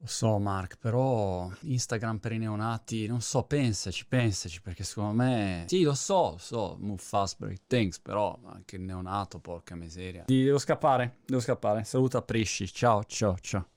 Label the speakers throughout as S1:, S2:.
S1: Lo so, Mark, però Instagram per i neonati, non so, pensaci, perché secondo me... Sì, lo so, move fast, break things, però anche il neonato, porca miseria. Devo scappare. Saluta Prisci, ciao.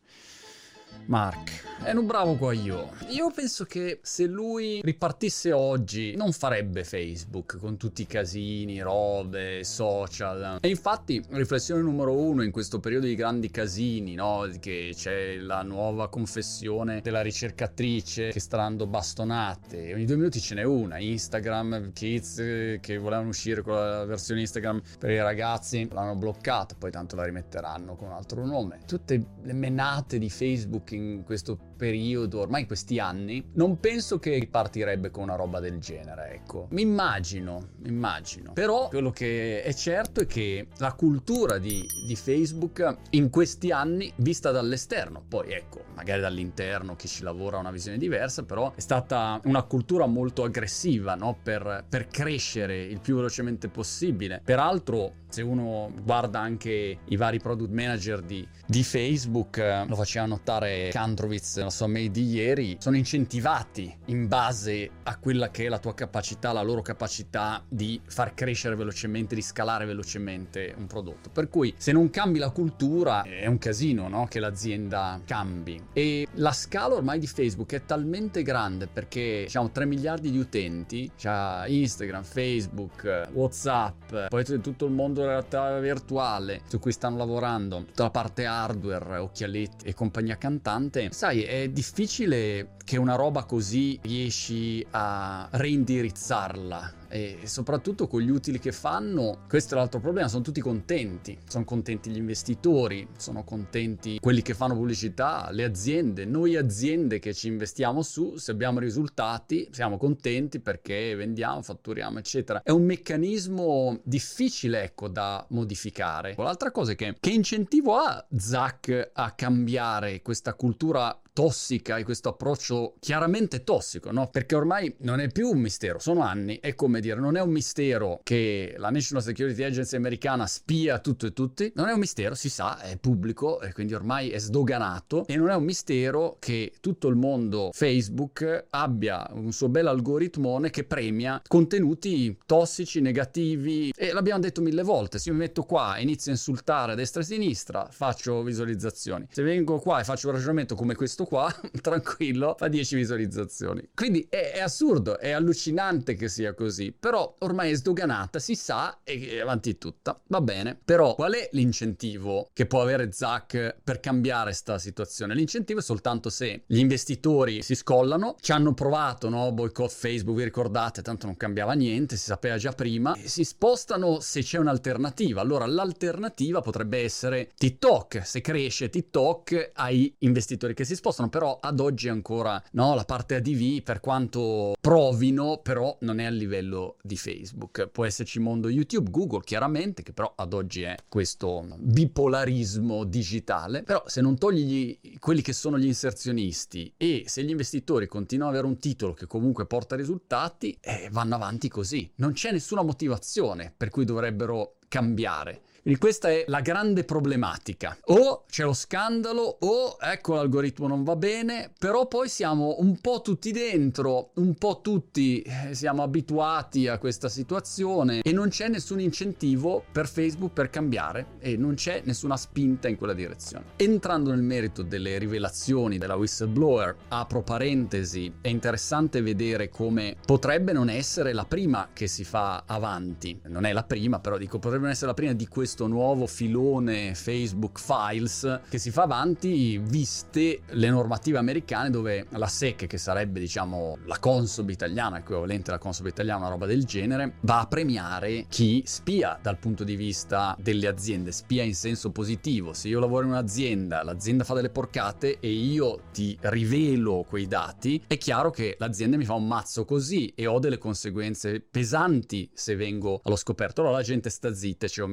S1: Mark, è un bravo qua io. Io penso che se lui ripartisse oggi non farebbe Facebook con tutti i casini, robe, social. E infatti, riflessione numero uno in questo periodo di grandi casini, no? Che c'è la nuova confessione della ricercatrice che sta dando bastonate. Ogni 2 minuti ce n'è una. Instagram, Kids che volevano uscire con la versione Instagram per i ragazzi, l'hanno bloccata, poi tanto la rimetteranno con un altro nome. Tutte le menate di Facebook in questo periodo, ormai in questi anni, non penso che partirebbe con una roba del genere, ecco. Mi immagino. Però quello che è certo è che la cultura di Facebook in questi anni, vista dall'esterno, poi ecco, magari dall'interno chi ci lavora ha una visione diversa, però è stata una cultura molto aggressiva, no? Per crescere il più velocemente possibile. Peraltro, se uno guarda anche i vari product manager di Facebook, lo faceva notare Kantrovitz nella sua mail di ieri, sono incentivati in base a quella che è la tua capacità, la loro capacità di far crescere velocemente, di scalare velocemente un prodotto. Per cui se non cambi la cultura è un casino, no? Che l'azienda cambi. E la scala ormai di Facebook è talmente grande perché diciamo 3 miliardi di utenti, c'ha Instagram, Facebook, WhatsApp, poi tutto il mondo della realtà virtuale su cui stanno lavorando, tutta la parte hardware, occhialetti e compagnia cantante. Sai, è difficile che una roba così riesci a reindirizzarla, e soprattutto con gli utili che fanno. Questo è l'altro problema, sono tutti contenti, sono contenti gli investitori, sono contenti quelli che fanno pubblicità, le aziende, noi aziende che ci investiamo su, se abbiamo risultati siamo contenti perché vendiamo, fatturiamo, eccetera. È un meccanismo difficile, ecco, da modificare. L'altra cosa è che incentivo ha Zuck a cambiare questa cultura tossica e questo approccio chiaramente tossico, no? Perché ormai non è più un mistero, sono anni, è come dire, non è un mistero che la National Security Agency americana spia tutto e tutti, non è un mistero, si sa, è pubblico e quindi ormai è sdoganato, e non è un mistero che tutto il mondo Facebook abbia un suo bel algoritmone che premia contenuti tossici, negativi, e l'abbiamo detto 1000 volte. Se io mi metto qua e inizio a insultare a destra e a sinistra, faccio visualizzazioni. Se vengo qua e faccio un ragionamento come questo qua, tranquillo, fa 10 visualizzazioni. Quindi è assurdo, è allucinante che sia così, però ormai è sdoganata, si sa, e è avanti tutta. Va bene, però qual è l'incentivo che può avere Zuck per cambiare sta situazione? L'incentivo è soltanto se gli investitori si scollano, ci hanno provato, no? Boycott Facebook, vi ricordate? Tanto non cambiava niente, si sapeva già prima, e si spostano se c'è un'alternativa. Allora l'alternativa potrebbe essere TikTok. Se cresce TikTok, hai investitori che si spostano, però ad oggi ancora no, la parte ADV, per quanto provino, però non è a livello di Facebook. Può esserci mondo YouTube, Google chiaramente, che però ad oggi è questo bipolarismo digitale. Però se non togli quelli che sono gli inserzionisti e se gli investitori continuano ad avere un titolo che comunque porta risultati, vanno avanti così. Non c'è nessuna motivazione per cui dovrebbero cambiare. Quindi questa è la grande problematica. O c'è lo scandalo, o ecco l'algoritmo non va bene, però poi siamo un po' tutti dentro, un po' tutti siamo abituati a questa situazione e non c'è nessun incentivo per Facebook per cambiare e non c'è nessuna spinta in quella direzione. Entrando nel merito delle rivelazioni della whistleblower, apro parentesi, è interessante vedere come potrebbe non essere la prima che si fa avanti. Non è la prima, però dico potrebbe non essere la prima di questo nuovo filone Facebook Files che si fa avanti, viste le normative americane, dove la SEC, che sarebbe diciamo la Consob italiana, equivalente alla Consob italiana, una roba del genere, va a premiare chi spia dal punto di vista delle aziende, spia in senso positivo. Se io lavoro in un'azienda, l'azienda fa delle porcate e io ti rivelo quei dati, è chiaro che l'azienda mi fa un mazzo così e ho delle conseguenze pesanti se vengo allo scoperto. Allora la gente sta zitta e c'è omerta.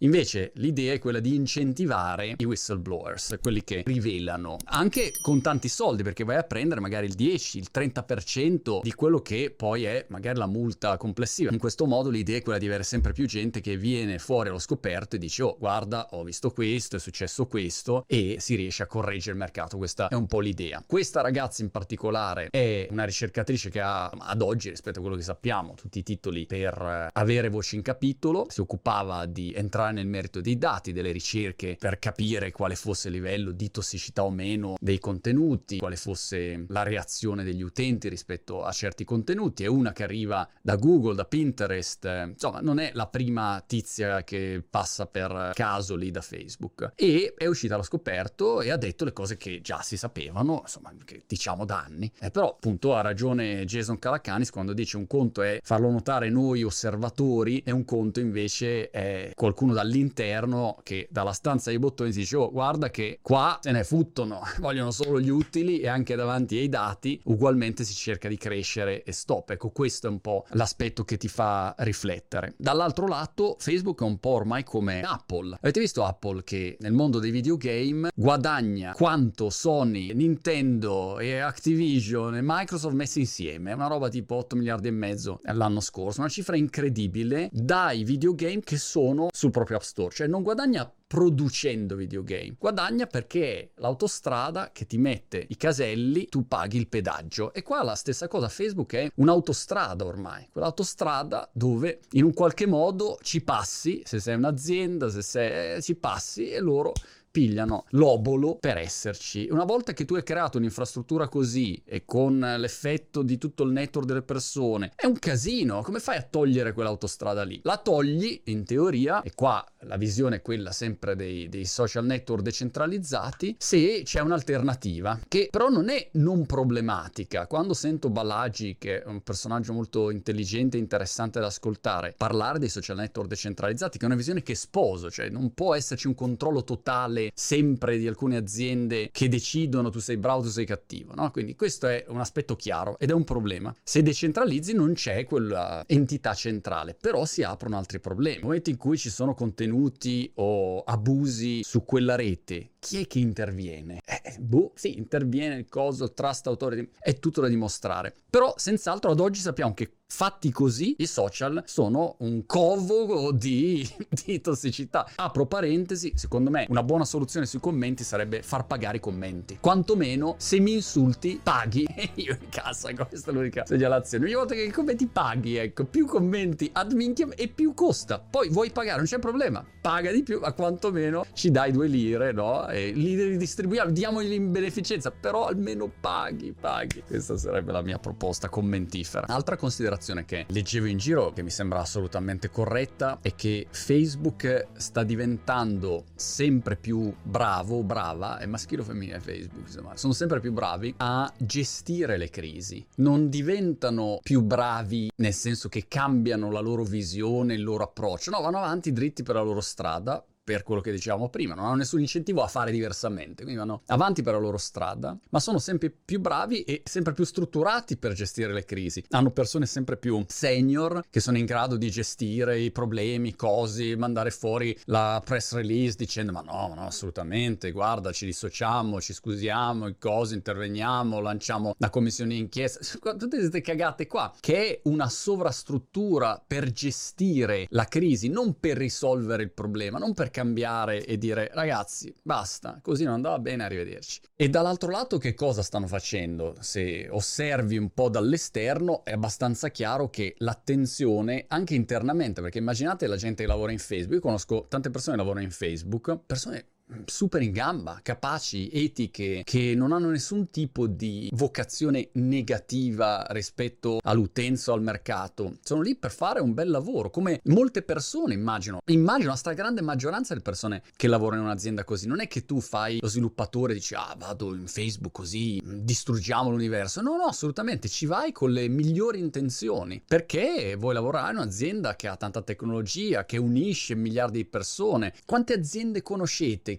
S1: Invece l'idea è quella di incentivare i whistleblowers, quelli che rivelano, anche con tanti soldi, perché vai a prendere magari il 10, il 30% di quello che poi è magari la multa complessiva. In questo modo l'idea è quella di avere sempre più gente che viene fuori allo scoperto e dice: oh, guarda, ho visto questo, è successo questo, e si riesce a correggere il mercato. Questa è un po' l'idea. Questa ragazza in particolare è una ricercatrice che ha, ad oggi, rispetto a quello che sappiamo, tutti i titoli per avere voce in capitolo. Si occupava di entrare nel merito dei dati, delle ricerche, per capire quale fosse il livello di tossicità o meno dei contenuti, quale fosse la reazione degli utenti rispetto a certi contenuti. È una che arriva da Google, da Pinterest, insomma non è la prima tizia che passa per caso lì da Facebook, e è uscita allo scoperto e ha detto le cose che già si sapevano, insomma, che diciamo da anni. Però appunto ha ragione Jason Calacanis quando dice: un conto è farlo notare noi osservatori e un conto invece è qualcuno dall'interno che dalla stanza dei bottoni si dice: oh, guarda che qua se ne fottono, vogliono solo gli utili, e anche davanti ai dati ugualmente si cerca di crescere e stop. Ecco, questo è un po' l'aspetto che ti fa riflettere. Dall'altro lato Facebook è un po' ormai come Apple. Avete visto Apple che nel mondo dei videogame guadagna quanto Sony, Nintendo e Activision e Microsoft messi insieme? È una roba tipo 8 miliardi e mezzo l'anno scorso, una cifra incredibile dai videogame che sono sul proprio App Store. Cioè non guadagna producendo videogame, guadagna perché è l'autostrada che ti mette i caselli, tu paghi il pedaggio. E qua la stessa cosa, Facebook è un'autostrada ormai, quell'autostrada dove in un qualche modo ci passi, se sei un'azienda, ci passi e loro pigliano l'obolo per esserci. Una volta che tu hai creato un'infrastruttura così e con l'effetto di tutto il network delle persone, è un casino. Come fai a togliere quell'autostrada lì? La togli in teoria, e qua la visione è quella sempre dei social network decentralizzati, se c'è un'alternativa che però non è non problematica. Quando sento Balaji, che è un personaggio molto intelligente e interessante da ascoltare, parlare dei social network decentralizzati, che è una visione che sposo, cioè non può esserci un controllo totale sempre di alcune aziende che decidono tu sei bravo, tu sei cattivo, no? Quindi questo è un aspetto chiaro ed è un problema. Se decentralizzi non c'è quella entità centrale, però si aprono altri problemi. Nel momento in cui ci sono contenuti o abusi su quella rete, chi è che interviene? Sì, interviene il coso, il trust authority, è tutto da dimostrare. Però senz'altro ad oggi sappiamo che fatti così i social sono un covo di tossicità. Apro parentesi, secondo me una buona soluzione sui commenti sarebbe far pagare i commenti. Quantomeno se mi insulti paghi e io in cassa. Questa è l'unica segnalazione. Ogni volta che i commenti paghi, ecco, più commenti ad minchia e più costa. Poi vuoi pagare, non c'è problema, paga di più, ma quantomeno ci dai 2 lire, no? E li ridistribuiamo, diamogli in beneficenza, però almeno paghi. Questa sarebbe la mia proposta commentifera. Altra considerazione che leggevo in giro, che mi sembra assolutamente corretta, è che Facebook sta diventando sempre più bravo, brava, è maschile o femminile Facebook, insomma, sono sempre più bravi a gestire le crisi. Non diventano più bravi nel senso che cambiano la loro visione, il loro approccio, no, vanno avanti dritti per la loro strada, per quello che dicevamo prima, non hanno nessun incentivo a fare diversamente, quindi vanno avanti per la loro strada, ma sono sempre più bravi e sempre più strutturati per gestire le crisi. Hanno persone sempre più senior che sono in grado di gestire i problemi, cosi, mandare fuori la press release dicendo ma no, assolutamente, guarda, ci dissociamo, ci scusiamo, i cosi, interveniamo, lanciamo la commissione d'inchiesta, tutte queste cagate qua, che è una sovrastruttura per gestire la crisi, non per risolvere il problema, non per cambiare e dire ragazzi basta, così non andava bene, arrivederci. E dall'altro lato che cosa stanno facendo? Se osservi un po' dall'esterno è abbastanza chiaro che l'attenzione anche internamente, perché immaginate la gente che lavora in Facebook, io conosco tante persone che lavorano in Facebook, persone super in gamba, capaci, etiche, che non hanno nessun tipo di vocazione negativa rispetto all'utenza o al mercato, sono lì per fare un bel lavoro, come molte persone immagino la stragrande maggioranza delle persone che lavorano in un'azienda così. Non è che tu fai lo sviluppatore e dici vado in Facebook così distruggiamo l'universo, no, assolutamente, ci vai con le migliori intenzioni, perché vuoi lavorare in un'azienda che ha tanta tecnologia, che unisce miliardi di persone. Quante aziende conoscete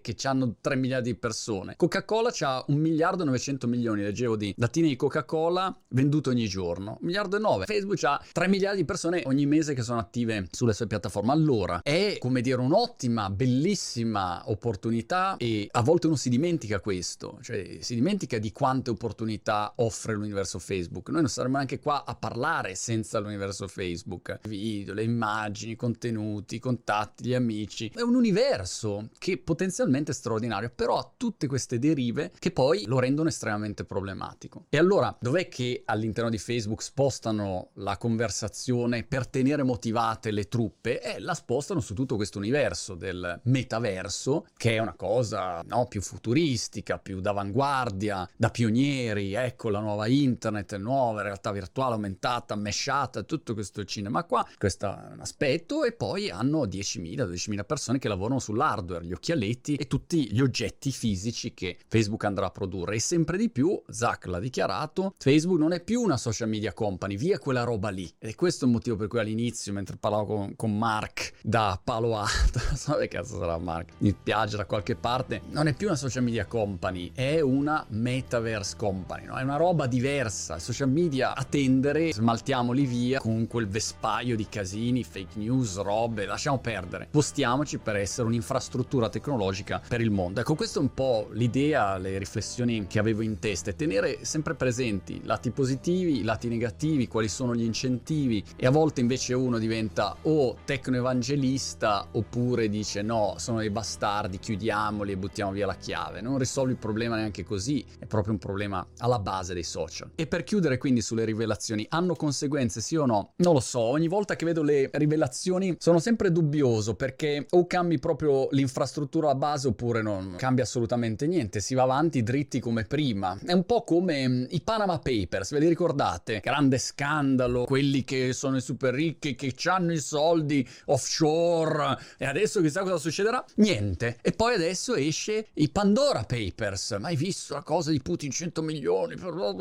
S1: che hanno 3 miliardi di persone. Coca-Cola c'ha 1 miliardo e 900 milioni, leggevo, di lattine di Coca-Cola venduto ogni giorno. 1 miliardo e 9. Facebook ha 3 miliardi di persone ogni mese che sono attive sulle sue piattaforme. Allora, è come dire un'ottima, bellissima opportunità, e a volte uno si dimentica questo, cioè si dimentica di quante opportunità offre l'universo Facebook. Noi non saremmo neanche qua a parlare senza l'universo Facebook. Video, le immagini, i contenuti, i contatti, gli amici. È un universo che potenzialmente è straordinario, però ha tutte queste derive che poi lo rendono estremamente problematico. E allora, dov'è che all'interno di Facebook spostano la conversazione per tenere motivate le truppe? La spostano su tutto questo universo del metaverso, che è una cosa, no, più futuristica, più d'avanguardia, da pionieri. Ecco la nuova internet, nuova realtà virtuale aumentata, meshata, tutto questo cinema qua. Questo è un aspetto. E poi hanno 10.000 persone che lavorano sull'hardware, gli occhialetti e tutti gli oggetti fisici che Facebook andrà a produrre. E sempre di più, Zuck l'ha dichiarato, Facebook non è più una social media company, via quella roba lì. Ed è questo il motivo per cui all'inizio, mentre parlavo con Mark da Palo Alto, non so che cazzo sarà Mark, in spiaggia da qualche parte, non è più una social media company, è una metaverse company, no? È una roba diversa. Social media a tendere, smaltiamoli via con quel vespaio di casini, fake news, robe, lasciamo perdere. Spostiamoci per essere un'infrastruttura tecnologica per il mondo. Ecco, questa è un po' l'idea, le riflessioni che avevo in testa, e tenere sempre presenti lati positivi, lati negativi, quali sono gli incentivi. E a volte invece uno diventa o tecnoevangelista oppure dice no, sono dei bastardi, chiudiamoli e buttiamo via la chiave. Non risolvi il problema neanche così, è proprio un problema alla base dei social. E per chiudere quindi sulle rivelazioni, hanno conseguenze sì o no? Non lo so, ogni volta che vedo le rivelazioni sono sempre dubbioso, perché o cambi proprio l'infrastruttura a base oppure non cambia assolutamente niente, si va avanti dritti come prima. È un po' come i Panama Papers, ve li ricordate? Grande scandalo, quelli che sono i super ricchi, che hanno i soldi offshore, e adesso chissà cosa succederà? Niente. E poi adesso esce i Pandora Papers. Mai visto la cosa di Putin, 100 milioni?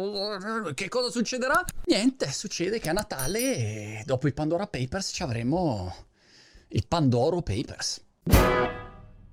S1: Che cosa succederà? Niente, succede che a Natale, dopo i Pandora Papers, ci avremo i Pandoro Papers.